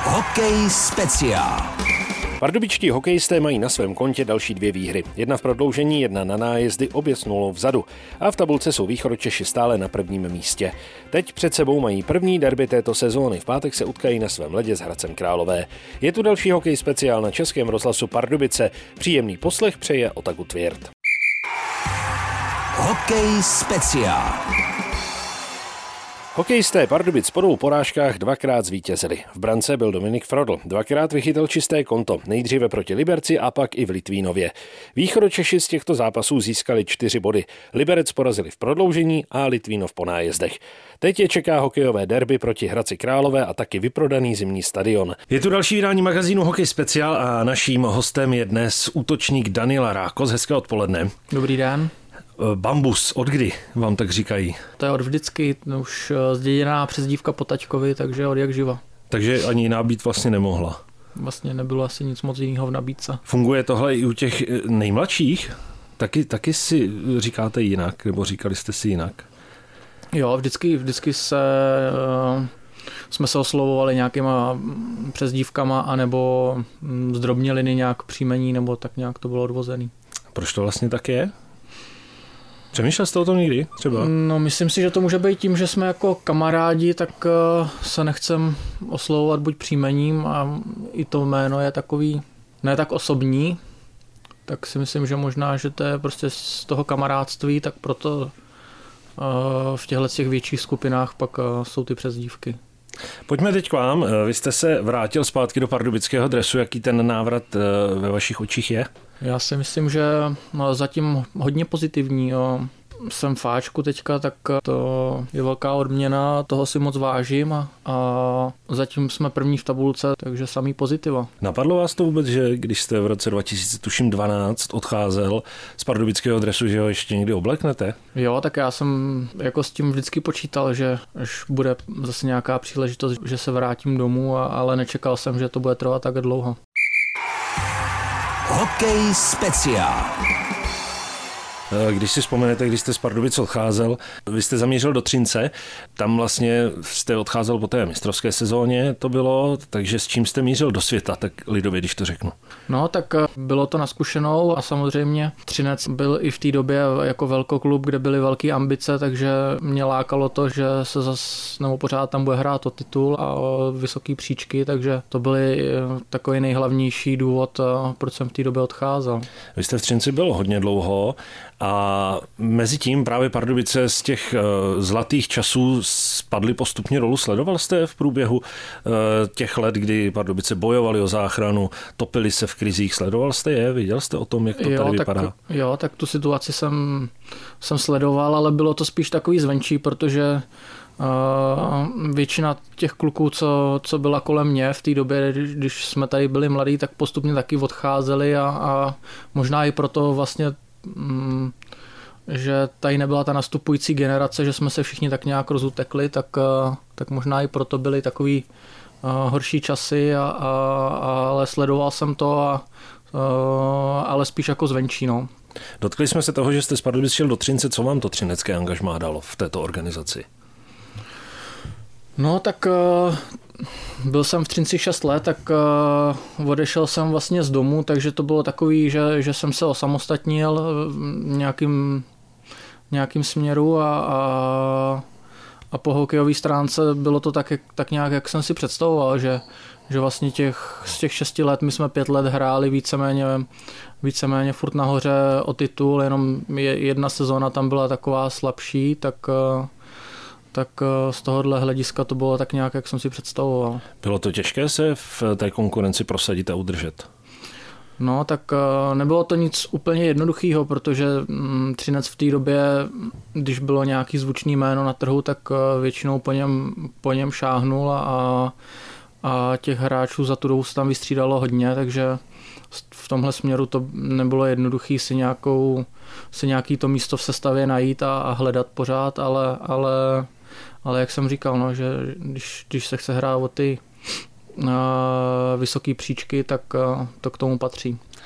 Hokej speciál. Pardubičtí hokejisté mají na svém kontě další 2 výhry. Jedna v prodloužení, jedna na nájezdy, obě s 0 vzadu. A v tabulce jsou Východočeši stále na prvním místě. Teď před sebou mají první derby této sezóny. V pátek se utkají na svém ledě s Hradcem Králové. Je tu další hokej speciál na Českém rozhlasu Pardubice. Příjemný poslech přeje Otaku Tvěrt. Hokej speciál. Hokejisté Pardubic po 2 porážkách 2krát zvítězili. V brance byl Dominik Frodl, 2krát vychytal čisté konto, nejdříve proti Liberci a pak i v Litvínově. Východočeši z těchto zápasů získali 4 body. Liberec porazili v prodloužení a Litvínov po nájezdech. Teď je čeká hokejové derby proti Hradci Králové a taky vyprodaný zimní stadion. Je tu další vydání magazínu Hokej speciál a naším hostem je dnes útočník Daniel Rákos. Hezké odpoledne. Dobrý den. Bambus, od kdy vám tak říkají? To je od vždycky, už zděděná přezdívka po taťkovi, takže od jak živa. Takže ani jiná být vlastně nemohla. Vlastně nebylo asi nic moc jiného v nabídce. Funguje tohle i u těch nejmladších? Taky si říkáte jinak, nebo říkali jste si jinak? Jo, vždycky jsme se oslovovali nějakýma přezdívkama, anebo zdrobněliny nějak příjmení, nebo tak nějak to bylo odvozený. Proč to vlastně tak je? Přemýšlel jste o tom někdy třeba? No, myslím si, že to může být tím, že jsme jako kamarádi, tak se nechcem oslovovat buď příjmením a i to jméno je takový ne tak osobní, tak si myslím, že možná, že to je prostě z toho kamarádství, tak proto v těchto větších skupinách pak jsou ty přezdívky. Pojďme teď k vám. Vy jste se vrátil zpátky do pardubického dresu. Jaký ten návrat ve vašich očích je? Já si myslím, že zatím hodně pozitivní. Jo. Jsem v Ačku teďka, tak to je velká odměna, toho si moc vážím a zatím jsme první v tabulce, takže samý pozitiva. Napadlo vás to vůbec, že když jste v roce 2012 odcházel z pardubického dresu, že ho ještě někdy obleknete? Jo, tak já jsem jako s tím vždycky počítal, že až bude zase nějaká příležitost, že se vrátím domů, ale nečekal jsem, že to bude trvat tak dlouho. Hokej speciál. Když si vzpomenete, když jste z Pardubic odcházel, vy jste zamířil do Třince, tam vlastně jste odcházel po té mistrovské sezóně, to bylo, takže s čím jste mířil do světa, tak lidově, když to řeknu. No, tak bylo to na zkušenou a samozřejmě Třinec byl i v té době jako velkoklub, kde byly velké ambice, takže mě lákalo to, že se zase nebo pořád tam bude hrát o titul a o vysoký příčky, takže to byly takový nejhlavnější důvod, proč jsem v té době odcházel. Vy jste v Třinci byl hodně dlouho a mezi tím právě Pardubice z těch zlatých časů spadly postupně dolů. Sledoval jste v průběhu těch let, kdy Pardubice bojovali o záchranu, topili se v krizích, sledoval jste je? Viděl jste o tom, jak to tady vypadá? Jo, tak tu situaci jsem sledoval, ale bylo to spíš takový zvenčí, protože většina těch kluků, co byla kolem mě v té době, když jsme tady byli mladí, tak postupně taky odcházeli a možná i proto vlastně že tady nebyla ta nastupující generace, že jsme se všichni tak nějak rozutekli, tak možná i proto byly takový horší časy, ale sledoval jsem to, ale spíš jako zvenčí. No. Dotkli jsme se toho, že jste z Pardubic šel do Třince. Co vám to třinecké angažmá dalo v této organizaci? No tak byl jsem v Třinci 6 let, tak odešel jsem vlastně z domu, takže to bylo takový, že jsem se osamostatnil v nějakým směru a po hokejové stránce bylo to tak nějak, jak jsem si představoval, že vlastně z těch 6 let my jsme 5 let hráli víceméně furt nahoře o titul, jenom jedna sezóna tam byla taková slabší, tak z tohohle hlediska to bylo tak nějak, jak jsem si představoval. Bylo to těžké se v té konkurenci prosadit a udržet? No, tak nebylo to nic úplně jednoduchého, protože Třinec v té době, když bylo nějaký zvučný jméno na trhu, tak většinou po něm šáhnul a těch hráčů za tu dobu se tam vystřídalo hodně, takže v tomhle směru to nebylo jednoduché si nějaký to místo v sestavě najít a hledat pořád, ale jak jsem říkal, no, že když se chce hrát o ty vysoké příčky, tak to k tomu patří.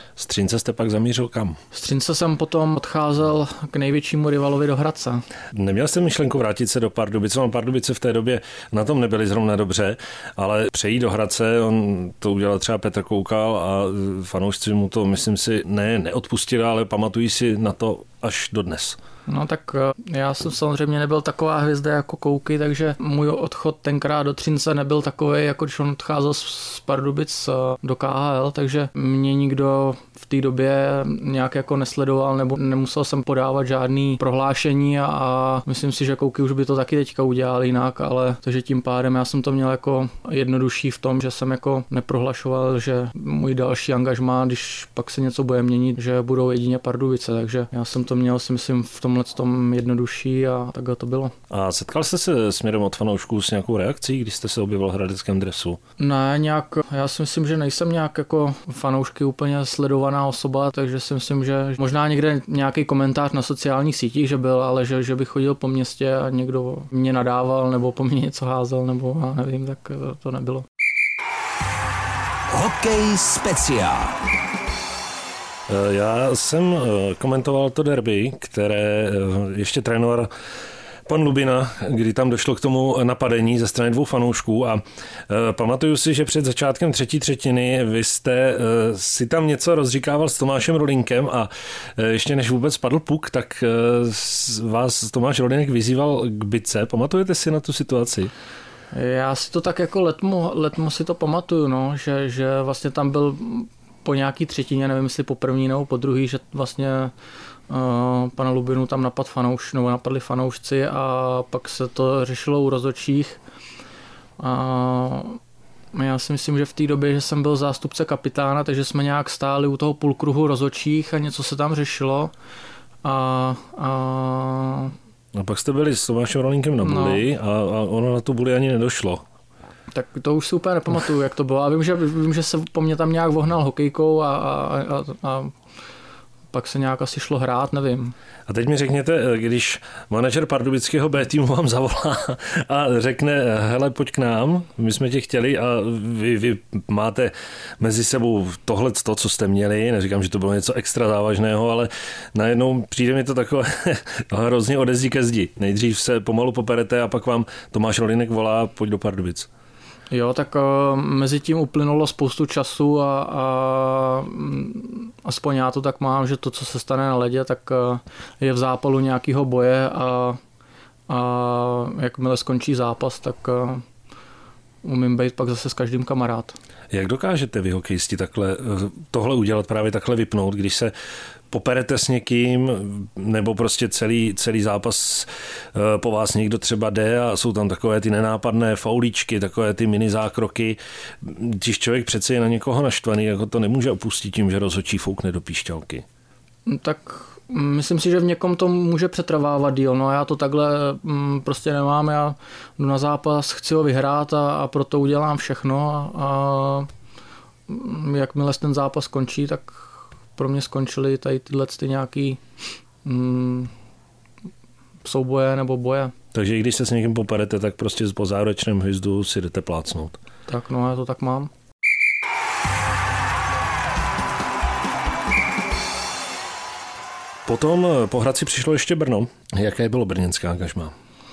Z Třince jste pak zamířil kam? Z Třince jsem potom odcházel k největšímu rivalovi do Hradce. Neměl jste myšlenku vrátit se do Pardubic? Pardubice v té době na tom nebyly zrovna dobře, ale přejít do Hradce, on to udělal třeba Petr Koukal a fanoušci mu to, myslím si, neodpustili, ale pamatují si na to až dodnes. No tak já jsem samozřejmě nebyl taková hvězda jako Kouky, takže můj odchod tenkrát do Třince nebyl takový, jako když on odcházel z Pardubic do KHL, takže mě nikdo v té době nějak jako nesledoval nebo nemusel jsem podávat žádný prohlášení a myslím si, že Kouky už by to taky teďka udělal jinak, ale takže tím pádem já jsem to měl jako jednodušší v tom, že jsem jako neprohlašoval, že můj další angažmá, když pak se něco bude měnit, že budou jedině Pardubice, takže já jsem to měl si myslím v tom jednodušší a takhle to bylo. A setkal jste se směrem od fanoušků s nějakou reakcí, když jste se objevil v hradeckém dresu? Ne, nějak, já si myslím, že nejsem nějak jako fanoušky úplně sledovaná osoba, takže si myslím, že možná někde nějaký komentář na sociálních sítích, že byl, ale že bych chodil po městě a někdo mě nadával nebo po mně něco házel, nebo já nevím, tak to nebylo. Hokej speciál. Já jsem komentoval to derby, které ještě trénoval pan Lubina, kdy tam došlo k tomu napadení ze strany 2 fanoušků a pamatuju si, že před začátkem třetí třetiny vy jste si tam něco rozříkával s Tomášem Rolinkem a ještě než vůbec padl puk, tak vás Tomáš Rolinek vyzýval k bitce. Pamatujete si na tu situaci? Já si to tak jako letmo si to pamatuju, no, že vlastně tam byl po nějaký třetině, nevím jestli po první nebo po druhý, že vlastně pana Lubinu tam napadli fanoušci a pak se to řešilo u rozhodčích. A já si myslím, že v té době, že jsem byl zástupce kapitána, takže jsme nějak stáli u toho půlkruhu rozhodčích a něco se tam řešilo. A pak jste byli s Tomášem Rolinkem na buli a ono na tu buli ani nedošlo. Tak to už si úplně nepamatuju, jak to bylo. A vím, že se po mně tam nějak vohnal hokejkou a pak se nějak asi šlo hrát, nevím. A teď mi řekněte, když manažer pardubického B týmu vám zavolá a řekne, hele, pojď k nám, my jsme tě chtěli a vy máte mezi sebou tohleto, co jste měli, neříkám, že to bylo něco extra závažného, ale najednou přijde mi to takové hrozně ode zdi ke zdi. Nejdřív se pomalu poperete a pak vám Tomáš Rolinek volá, pojď do Pardubic. Jo, tak mezi tím uplynulo spoustu času a aspoň já to tak mám, že to, co se stane na ledě, tak je v zápalu nějakého boje a jakmile skončí zápas, tak umím být pak zase s každým kamarád. Jak dokážete vy hokejisti tohle udělat, právě takhle vypnout, když se poperete s někým, nebo prostě celý zápas po vás někdo třeba jde a jsou tam takové ty nenápadné faulíčky, takové ty mini zákroky. Když člověk přece je na někoho naštvaný, jako to nemůže opustit tím, že rozhodčí foukne do píšťalky. Tak myslím si, že v někom to může přetrvávat díl. No já to takhle prostě nemám. Já jdu na zápas, chci ho vyhrát a proto udělám všechno a jakmile ten zápas skončí, tak pro mě skončily tady tyhle nějaký souboje nebo boje. Takže i když se s někým poperete, tak prostě po závěrečném hvězdu si jdete plácnout. Tak no, já to tak mám. Potom po Hradci přišlo ještě Brno. Jaké bylo brněnské angažmá?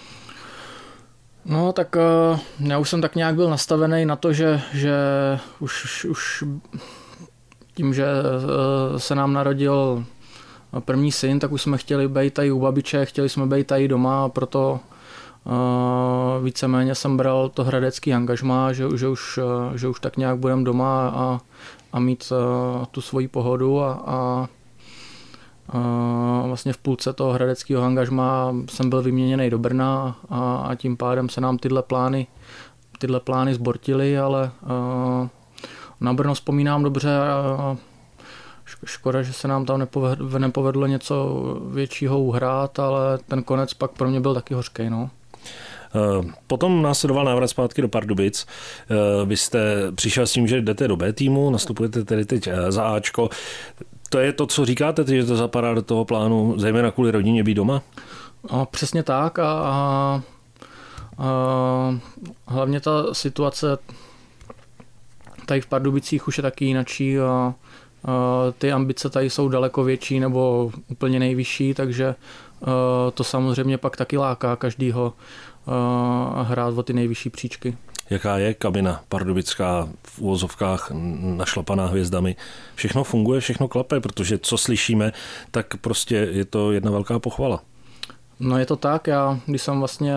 No tak já už jsem tak nějak byl nastavený na to, že už tím, že se nám narodil první syn, tak už jsme chtěli být tady u babiče, chtěli jsme být tady doma, proto víceméně jsem bral to hradecký angažmá, že už tak nějak budem doma a mít tu svoji pohodu a vlastně v půlce toho hradeckého angažmá jsem byl vyměněný do Brna a tím pádem se nám tyhle plány zbortily, ale na Brno vzpomínám dobře. Škoda, že se nám tam nepovedlo něco většího uhrát, ale ten konec pak pro mě byl taky hořkej. No. Potom následoval návrat zpátky do Pardubic. Vy jste přišel s tím, že jdete do B týmu, nastupujete tedy teď za Ačko. To je to, co říkáte, že to zapadá do toho plánu, zejména kvůli rodině být doma? No, přesně tak a hlavně ta situace tady v Pardubicích už je taky jinačí a ty ambice tady jsou daleko větší nebo úplně nejvyšší, takže to samozřejmě pak taky láká každýho hrát o ty nejvyšší příčky. Jaká je kabina pardubická v uvozovkách našlapaná hvězdami? Všechno funguje, všechno klape, protože co slyšíme, tak prostě je to jedna velká pochvala. No je to tak, já když jsem vlastně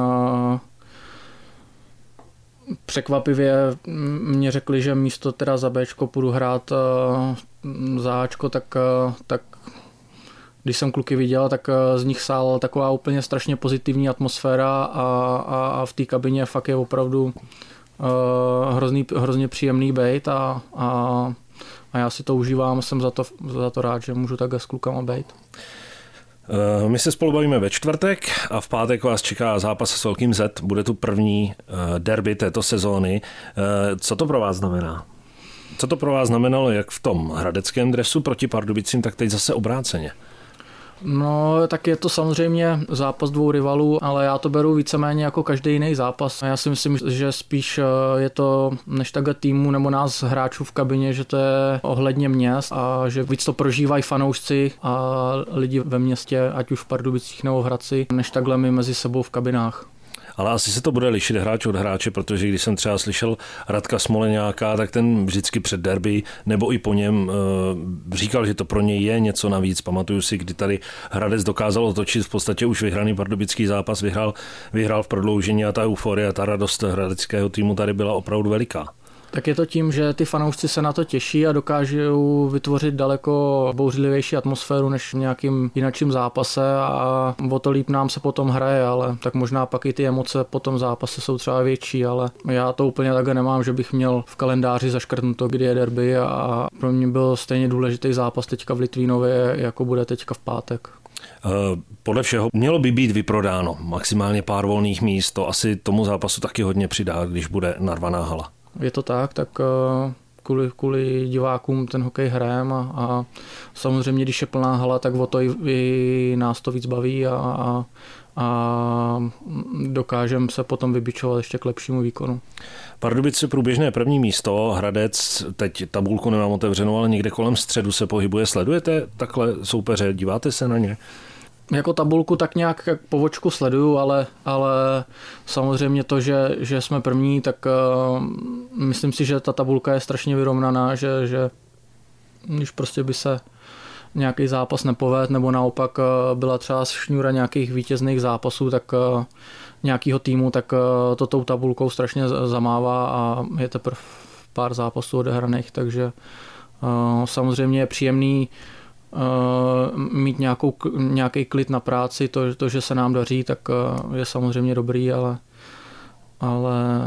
překvapivě mě řekli, že místo teda za Bčko půjdu hrát za Ačko, tak když jsem kluky viděl, tak z nich sála taková úplně strašně pozitivní atmosféra a v té kabině fakt je opravdu hrozně příjemný bejt a já si to užívám, jsem za to rád, že můžu takhle s klukama bejt. My se spolu bavíme ve čtvrtek a v pátek vás čeká zápas s velkým Z. Bude tu první derby této sezóny. Co to pro vás znamená? Co to pro vás znamenalo jak v tom hradeckém dresu proti Pardubicím, tak teď zase obráceně? No, tak je to samozřejmě zápas dvou rivalů, ale já to beru víceméně jako každý jiný zápas. Já si myslím, že spíš je to než takhle týmu nebo nás hráčů v kabině, že to je ohledně měst a že víc to prožívají fanoušci a lidi ve městě, ať už v Pardubicích nebo v Hradci, než takhle my mezi sebou v kabinách. Ale asi se to bude lišit hráč od hráče, protože když jsem třeba slyšel Radka Smoleňáka, tak ten vždycky před derby nebo i po něm říkal, že to pro něj je něco navíc. Pamatuju si, kdy tady Hradec dokázal otočit v podstatě už vyhraný pardubický zápas, vyhrál v prodloužení a ta euforie, ta radost hradeckého týmu tady byla opravdu veliká. Tak je to tím, že ty fanoušci se na to těší a dokážou vytvořit daleko bouřlivější atmosféru než v nějakým jinakším zápase a o to líp nám se potom hraje, ale tak možná pak i ty emoce po tom zápase jsou třeba větší, ale já to úplně takhle nemám, že bych měl v kalendáři zaškrtnuto, kdy je derby a pro mě byl stejně důležitý zápas teďka v Litvínově, jako bude teďka v pátek. Podle všeho mělo by být vyprodáno maximálně pár volných míst, to asi tomu zápasu taky hodně přidá, když bude narvaná hala. Je to tak kvůli divákům ten hokej hrajeme a samozřejmě, když je plná hala, tak o to i nás to víc baví a dokážeme se potom vybičovat ještě k lepšímu výkonu. Pardubice průběžné první místo, Hradec, teď tabulku nemám otevřenou, ale někde kolem středu se pohybuje. Sledujete takhle soupeře, díváte se na ně? Jako tabulku tak nějak po očku sleduju, ale samozřejmě to, že jsme první, tak myslím si, že ta tabulka je strašně vyrovnaná, že když prostě by se nějaký zápas nepovedl, nebo naopak byla třeba šňůra nějakých vítězných zápasů, tak nějakýho týmu, tak to tou tabulkou strašně zamává a je teprve pár zápasů odehraných, takže samozřejmě je příjemný mít nějaký klid na práci, to, že se nám daří, tak je samozřejmě dobrý, ale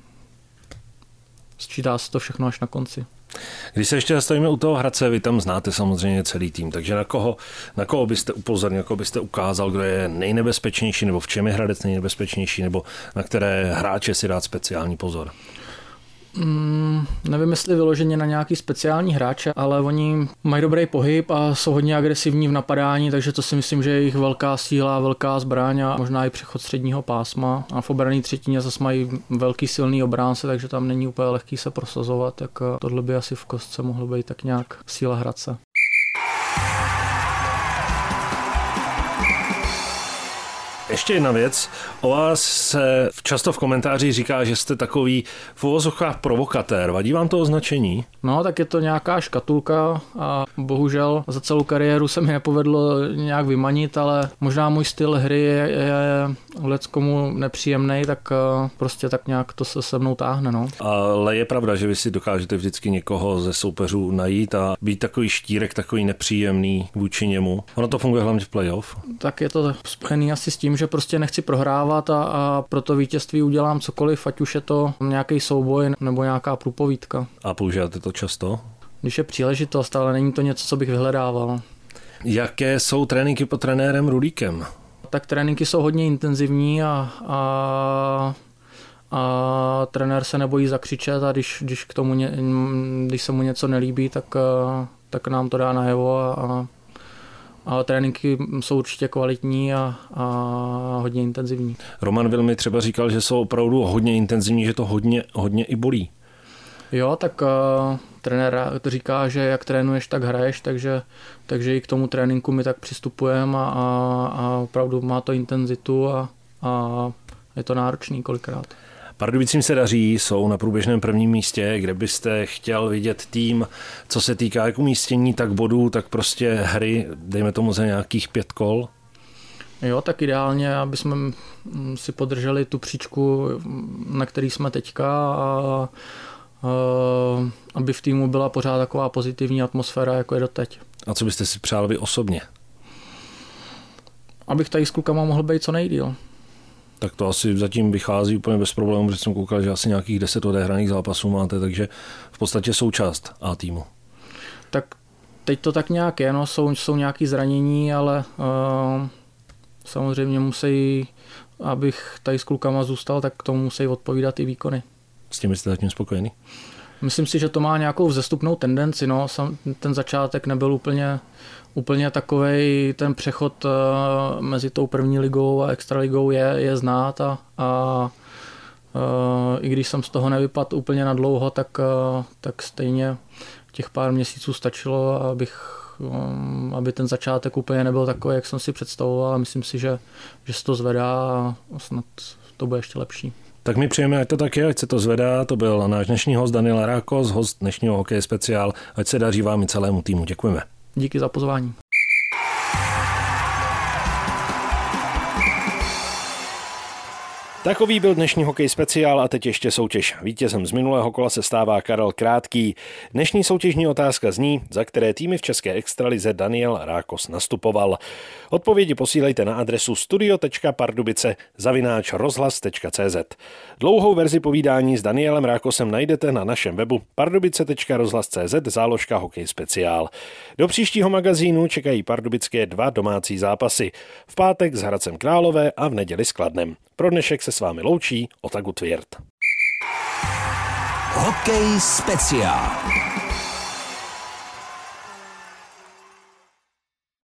sčítá se to všechno až na konci. Když se ještě zastavíme u toho Hradce, vy tam znáte samozřejmě celý tým, takže na koho byste upozornil, jako byste ukázal, kdo je nejnebezpečnější, nebo v čem je Hradec nejnebezpečnější, nebo na které hráče si dát speciální pozor? Nevím, jestli vyloženě na nějaký speciální hráče, ale oni mají dobrý pohyb a jsou hodně agresivní v napadání, takže to si myslím, že je jejich velká síla, velká zbraň a možná i přechod středního pásma. A v obranné třetině zase mají velký silný obránce, takže tam není úplně lehký se prosazovat, tak tohle by asi v kostce mohlo být tak nějak síla Hradce. Ještě jedna věc. O vás se často v komentářích říká, že jste takový v uvozovkách provokatér. Vadí vám to označení? No, tak je to nějaká škatulka a bohužel za celou kariéru se mi nepovedlo nějak vymanit, ale možná můj styl hry je leckomu nepříjemný, tak prostě tak nějak to se mnou táhne. No. Ale je pravda, že vy si dokážete vždycky někoho ze soupeřů najít a být takový štírek, takový nepříjemný vůči němu. Ono to funguje hlavně v playoff. Tak je to spojený asi s tím, že prostě nechci prohrávat a pro to vítězství udělám cokoliv, ať už je to nějaký souboj nebo nějaká průpovídka. A používáte to často? Když je příležitost, ale není to něco, co bych vyhledával. Jaké jsou tréninky pod trenérem Rulíkem? Tak tréninky jsou hodně intenzivní a trenér se nebojí zakřičet a když se mu něco nelíbí, tak nám to dá najevo a tréninky jsou určitě kvalitní a hodně intenzivní. Roman Vilmi třeba říkal, že jsou opravdu hodně intenzivní, že to hodně i bolí. Jo, tak trenér to říká, že jak trénuješ, tak hraješ, takže i k tomu tréninku my tak přistupujeme a opravdu má to intenzitu a je to náročný kolikrát. Pardubicím se daří, jsou na průběžném prvním místě, kde byste chtěl vidět tým, co se týká jak umístění, tak bodů, tak prostě hry, dejme tomu za nějakých 5 kol? Jo, tak ideálně, aby jsme si podrželi tu příčku, na který jsme teďka a aby v týmu byla pořád taková pozitivní atmosféra, jako je doteď. A co byste si přál vy osobně? Abych tady s klukama mohl být co nejdýl. Tak to asi zatím vychází úplně bez problémů, protože jsem koukal, že asi nějakých 10 odehraných zápasů máte, takže v podstatě součást A týmu. Tak teď to tak nějak je, no, jsou nějaké zranění, ale samozřejmě musí, abych tady s klukama zůstal, tak k tomu musí odpovídat i výkony. S tím jste zatím spokojený? Myslím si, že to má nějakou vzestupnou tendenci. No. Ten začátek nebyl úplně takovej, ten přechod mezi tou první ligou a extraligou je znát a i když jsem z toho nevypadl úplně na dlouho, tak stejně těch pár měsíců stačilo, aby ten začátek úplně nebyl takový, jak jsem si představoval, a myslím si, že se to zvedá a snad to bude ještě lepší. Tak my přejeme, ať to tak je, ať se to zvedá. To byl náš dnešní host Daniel Rákos, host dnešního Hokej speciál. Ať se daří vám i celému týmu. Děkujeme. Díky za pozvání. Takový byl dnešní Hokej speciál a teď ještě soutěž. Vítězem z minulého kola se stává Karel Krátký. Dnešní soutěžní otázka zní, za které týmy v české extralize Daniel Rákos nastupoval. Odpovědi posílejte na adresu studio.pardubice@rozhlas.cz. Dlouhou verzi povídání s Danielem Rákosem najdete na našem webu pardubice.rozhlas.cz /hokej speciál. Do příštího magazínu čekají pardubické 2 domácí zápasy. V pátek s Hradcem Králové a v neděli s Kladnem. Pro dnešek se s vámi loučí Ota Gutwirth. Hokej speciál.